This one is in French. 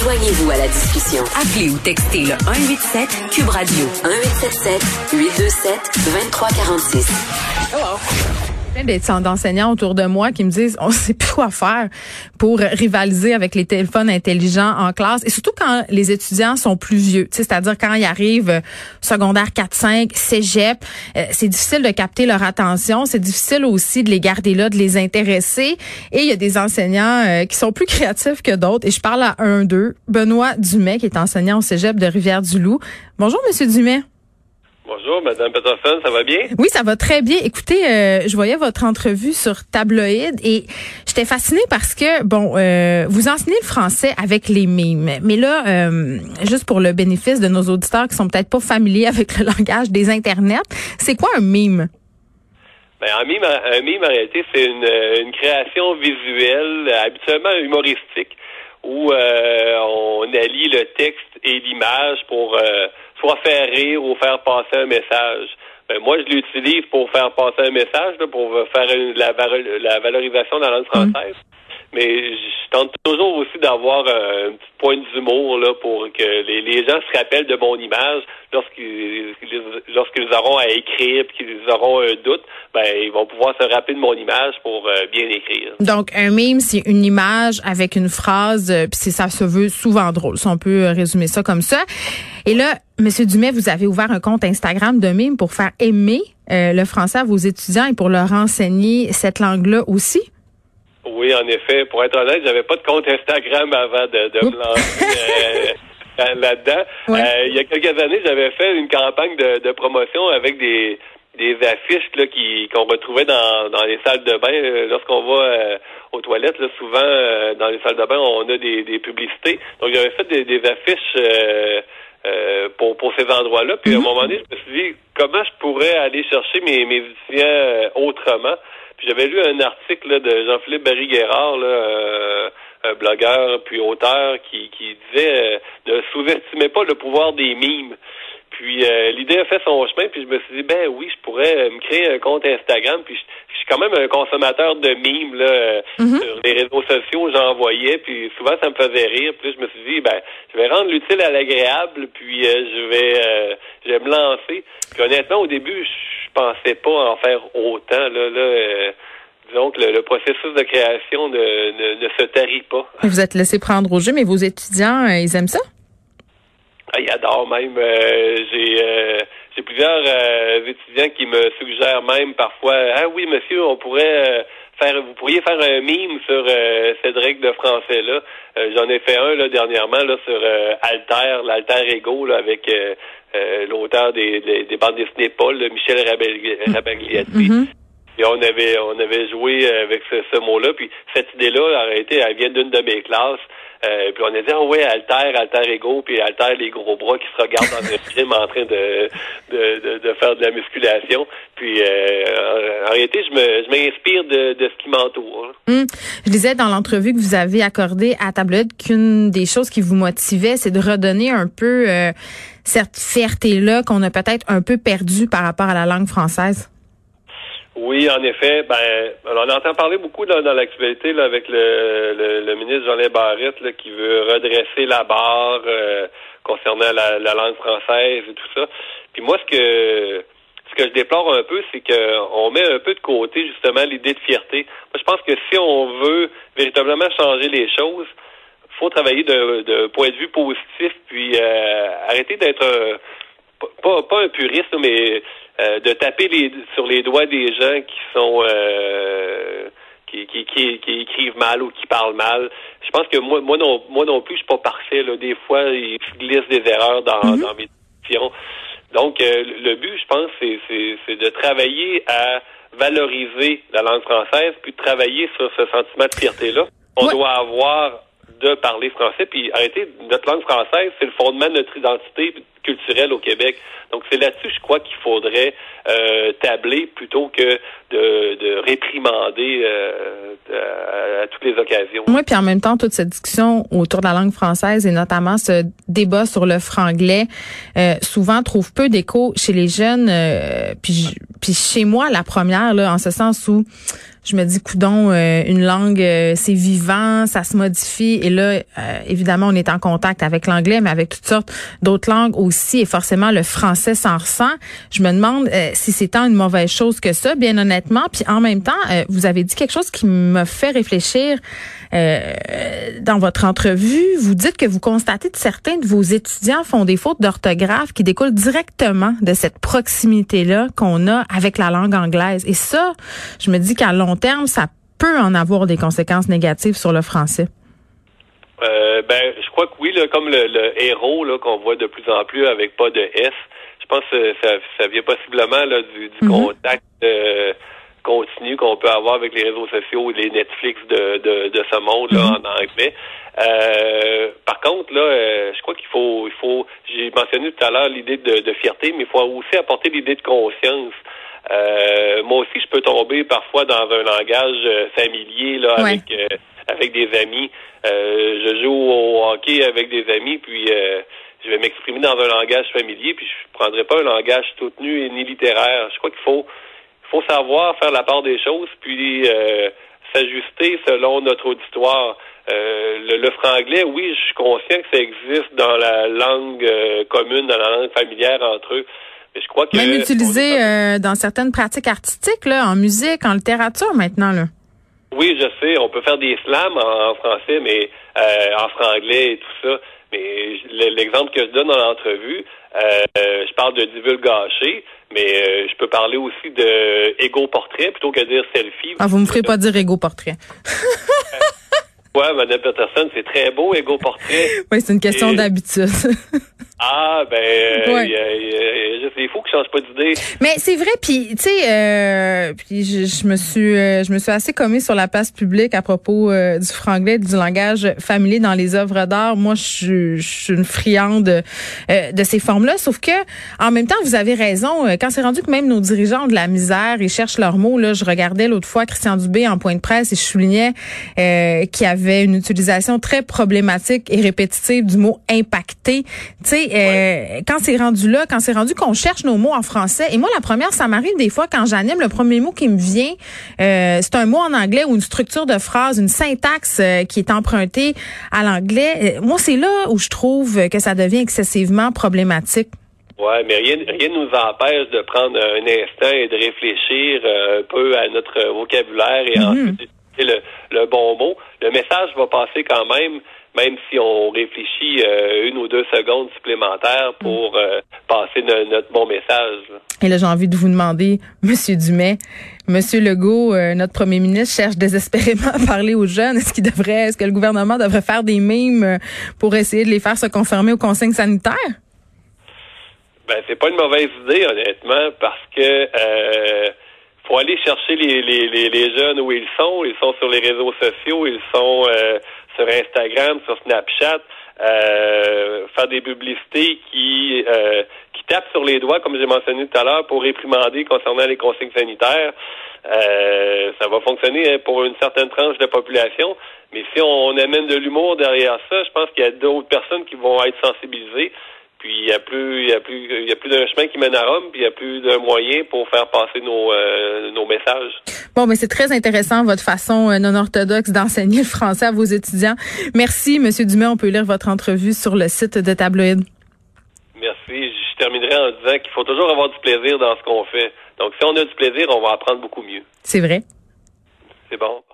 Joignez-vous à la discussion. Appelez ou textez le 187 Cube Radio 1877 827 2346. Hello. D'être d'enseignants autour de moi qui me disent on sait plus quoi faire pour rivaliser avec les téléphones intelligents en classe et surtout quand les étudiants sont plus vieux, c'est-à-dire quand ils arrivent secondaire 4-5, cégep, c'est difficile de capter leur attention, c'est difficile aussi de les garder là, de les intéresser et il y a des enseignants qui sont plus créatifs que d'autres et je parle à un d'eux, Benoît Dumais qui est enseignant au cégep de Rivière-du-Loup. Bonjour Monsieur Dumais. Bonjour, Madame Peterson, ça va bien? Oui, ça va très bien. Écoutez, je voyais votre entrevue sur Tabloïd et j'étais fascinée parce que, vous enseignez le français avec les mimes. Mais là, juste pour le bénéfice de nos auditeurs qui sont peut-être pas familiers avec le langage des internets, c'est quoi un mime? Un mime, en réalité, c'est une création visuelle, habituellement humoristique, où on allie le texte et l'image pour soit faire rire ou faire passer un message. Moi, je l'utilise pour faire passer un message, là, pour faire la valorisation de la langue française. Mais je tente toujours aussi d'avoir un petit point d'humour là pour que les gens se rappellent de mon image lorsqu'ils auront à écrire puis qu'ils auront un doute, ils vont pouvoir se rappeler de mon image pour bien écrire. Donc un mime, c'est une image avec une phrase puis ça se veut souvent drôle. Si on peut résumer ça comme ça. Et là, Monsieur Dumais, vous avez ouvert un compte Instagram de mime pour faire aimer le français à vos étudiants et pour leur enseigner cette langue-là aussi. Oui, en effet. Pour être honnête, j'avais pas de compte Instagram avant de me lancer là-dedans. Ouais. Il y a quelques années, j'avais fait une campagne de promotion avec des affiches là qu'on retrouvait dans les salles de bain. Lorsqu'on va aux toilettes, là, souvent dans les salles de bain, on a des publicités. Donc j'avais fait des affiches pour ces endroits-là. Puis à un moment donné, je me suis dit comment je pourrais aller chercher mes étudiants autrement. Puis j'avais lu un article là, de Jean-Philippe Barry-Guerrard, un blogueur puis auteur qui disait ne sous-estimez pas le pouvoir des mimes. Puis l'idée a fait son chemin, puis je me suis dit oui, je pourrais me créer un compte Instagram, puis je suis quand même un consommateur de mimes là sur les réseaux sociaux, j'en voyais, puis souvent ça me faisait rire, puis là, je me suis dit je vais rendre l'utile à l'agréable, puis je vais me lancer. Puis honnêtement, au début, je pensais pas en faire autant disons que le processus de création ne se tarit pas. Vous êtes laissé prendre au jeu, mais vos étudiants, ils aiment ça? Ils adorent même. J'ai plusieurs étudiants qui me suggèrent même parfois oui, monsieur, vous pourriez faire un mime sur Cédric de français là. J'en ai fait un là dernièrement là sur l'alter ego là avec l'auteur des bandes dessinées Paul, Michel Rabagliati. Et on avait joué avec ce mot-là, puis cette idée-là, en réalité, elle vient d'une de mes classes. Puis on a dit alter ego, puis alter les gros bras qui se regardent dans un film en train de faire de la musculation. Puis en réalité, je m'inspire de ce qui m'entoure. Je disais dans l'entrevue que vous avez accordée à Tabloïd qu'une des choses qui vous motivait, c'est de redonner un peu cette fierté-là qu'on a peut-être un peu perdue par rapport à la langue française. Oui, en effet. On entend parler beaucoup dans l'actualité là, avec le ministre Jean Barrette là, qui veut redresser la barre concernant la langue française et tout ça. Puis moi, ce que je déplore un peu, c'est qu'on met un peu de côté justement l'idée de fierté. Moi, je pense que si on veut véritablement changer les choses, faut travailler d'un point de vue positif, puis arrêter d'être pas un puriste, mais de taper sur les doigts des gens qui sont qui écrivent mal ou qui parlent mal. Je pense que moi non plus, je suis pas parfait. Là. Des fois, il glisse des erreurs dans mes discussions. Donc, le but, je pense, c'est de travailler à valoriser la langue française, puis de travailler sur ce sentiment de fierté-là. On doit avoir de parler français, puis arrêter, notre langue française, c'est le fondement de notre identité culturelle au Québec. Donc, c'est là-dessus, je crois qu'il faudrait tabler plutôt que de réprimander à toutes les occasions. Oui, puis en même temps, toute cette discussion autour de la langue française et notamment ce débat sur le franglais, souvent trouve peu d'écho chez les jeunes. Puis Puis chez moi, la première, là, en ce sens où je me dis, coudon, une langue, c'est vivant, ça se modifie. Et là, évidemment, on est en contact avec l'anglais, mais avec toutes sortes d'autres langues aussi. Et forcément, le français s'en ressent. Je me demande si c'est tant une mauvaise chose que ça, bien honnêtement. Puis en même temps, vous avez dit quelque chose qui me fait réfléchir dans votre entrevue. Vous dites que vous constatez que certains de vos étudiants font des fautes d'orthographe qui découlent directement de cette proximité-là qu'on a avec la langue anglaise. Et ça, je me dis qu'à long terme, ça peut en avoir des conséquences négatives sur le français. Je crois que oui, là, comme le héros là, qu'on voit de plus en plus avec pas de S, je pense que ça vient possiblement là, du contact continu qu'on peut avoir avec les réseaux sociaux et les Netflix de ce monde là en anglais. Par contre, là, je crois qu'il faut j'ai mentionné tout à l'heure l'idée de fierté, mais il faut aussi apporter l'idée de conscience. Moi aussi, je peux tomber parfois dans un langage familier là, avec des amis. Je joue au hockey avec des amis, puis je vais m'exprimer dans un langage familier, puis je prendrai pas un langage soutenu ni littéraire. Je crois qu'il faut savoir faire la part des choses, puis s'ajuster selon notre auditoire. Le franglais, oui, je suis conscient que ça existe dans la langue commune, dans la langue familière entre eux. Mais je crois que même utilisé dans certaines pratiques artistiques, là, en musique, en littérature maintenant, là. Oui, je sais, on peut faire des slams en français, mais en franglais et tout ça. Mais l'exemple que je donne dans l'entrevue, je parle de divulgacher, mais je peux parler aussi de égo-portrait plutôt que de dire selfie. Ah, vous me ferez pas dire égo-portrait. Ouais, Mme Peterson, c'est très beau, égo-portrait. Oui, c'est une question d'habitude. Ah, il faut que je change pas d'idée. Mais c'est vrai, puis tu sais, puis je me suis assez commis sur la place publique à propos du franglais, du langage familier dans les œuvres d'art. Moi, je suis une friande de ces formes-là, sauf que en même temps, vous avez raison. Quand c'est rendu que même nos dirigeants ont de la misère, ils cherchent leurs mots. Là, je regardais l'autre fois Christian Dubé en point de presse et je soulignais qu'il y avait une utilisation très problématique et répétitive du mot impacté. Tu sais. Quand c'est rendu qu'on cherche nos mots en français, et moi, la première, ça m'arrive des fois quand j'anime, le premier mot qui me vient, c'est un mot en anglais ou une structure de phrase, une syntaxe qui est empruntée à l'anglais. Moi, c'est là où je trouve que ça devient excessivement problématique. Ouais, mais rien ne nous empêche de prendre un instant et de réfléchir un peu à notre vocabulaire et ensuite utiliser le bon mot. Le message va passer quand même si on réfléchit 1 ou 2 secondes supplémentaires pour passer notre bon message. Et là, j'ai envie de vous demander, Monsieur Dumais, Monsieur Legault, notre premier ministre, cherche désespérément à parler aux jeunes. Est-ce que le gouvernement devrait faire des mimes pour essayer de les faire se conformer aux consignes sanitaires? C'est pas une mauvaise idée, honnêtement, parce que faut aller chercher les jeunes où ils sont. Ils sont sur les réseaux sociaux, ils sont sur Instagram, sur Snapchat, faire des publicités qui tapent sur les doigts, comme j'ai mentionné tout à l'heure, pour réprimander concernant les consignes sanitaires. Ça va fonctionner pour une certaine tranche de population, mais si on amène de l'humour derrière ça, je pense qu'il y a d'autres personnes qui vont être sensibilisées. Puis il y a plus d'un chemin qui mène à Rome, puis il y a plus d'un moyen pour faire passer nos messages. Bon, mais c'est très intéressant votre façon non orthodoxe d'enseigner le français à vos étudiants. Merci, Monsieur Dumais. On peut lire votre entrevue sur le site de Tabloïd. Merci. Je terminerai en disant qu'il faut toujours avoir du plaisir dans ce qu'on fait. Donc, si on a du plaisir, on va apprendre beaucoup mieux. C'est vrai. C'est bon.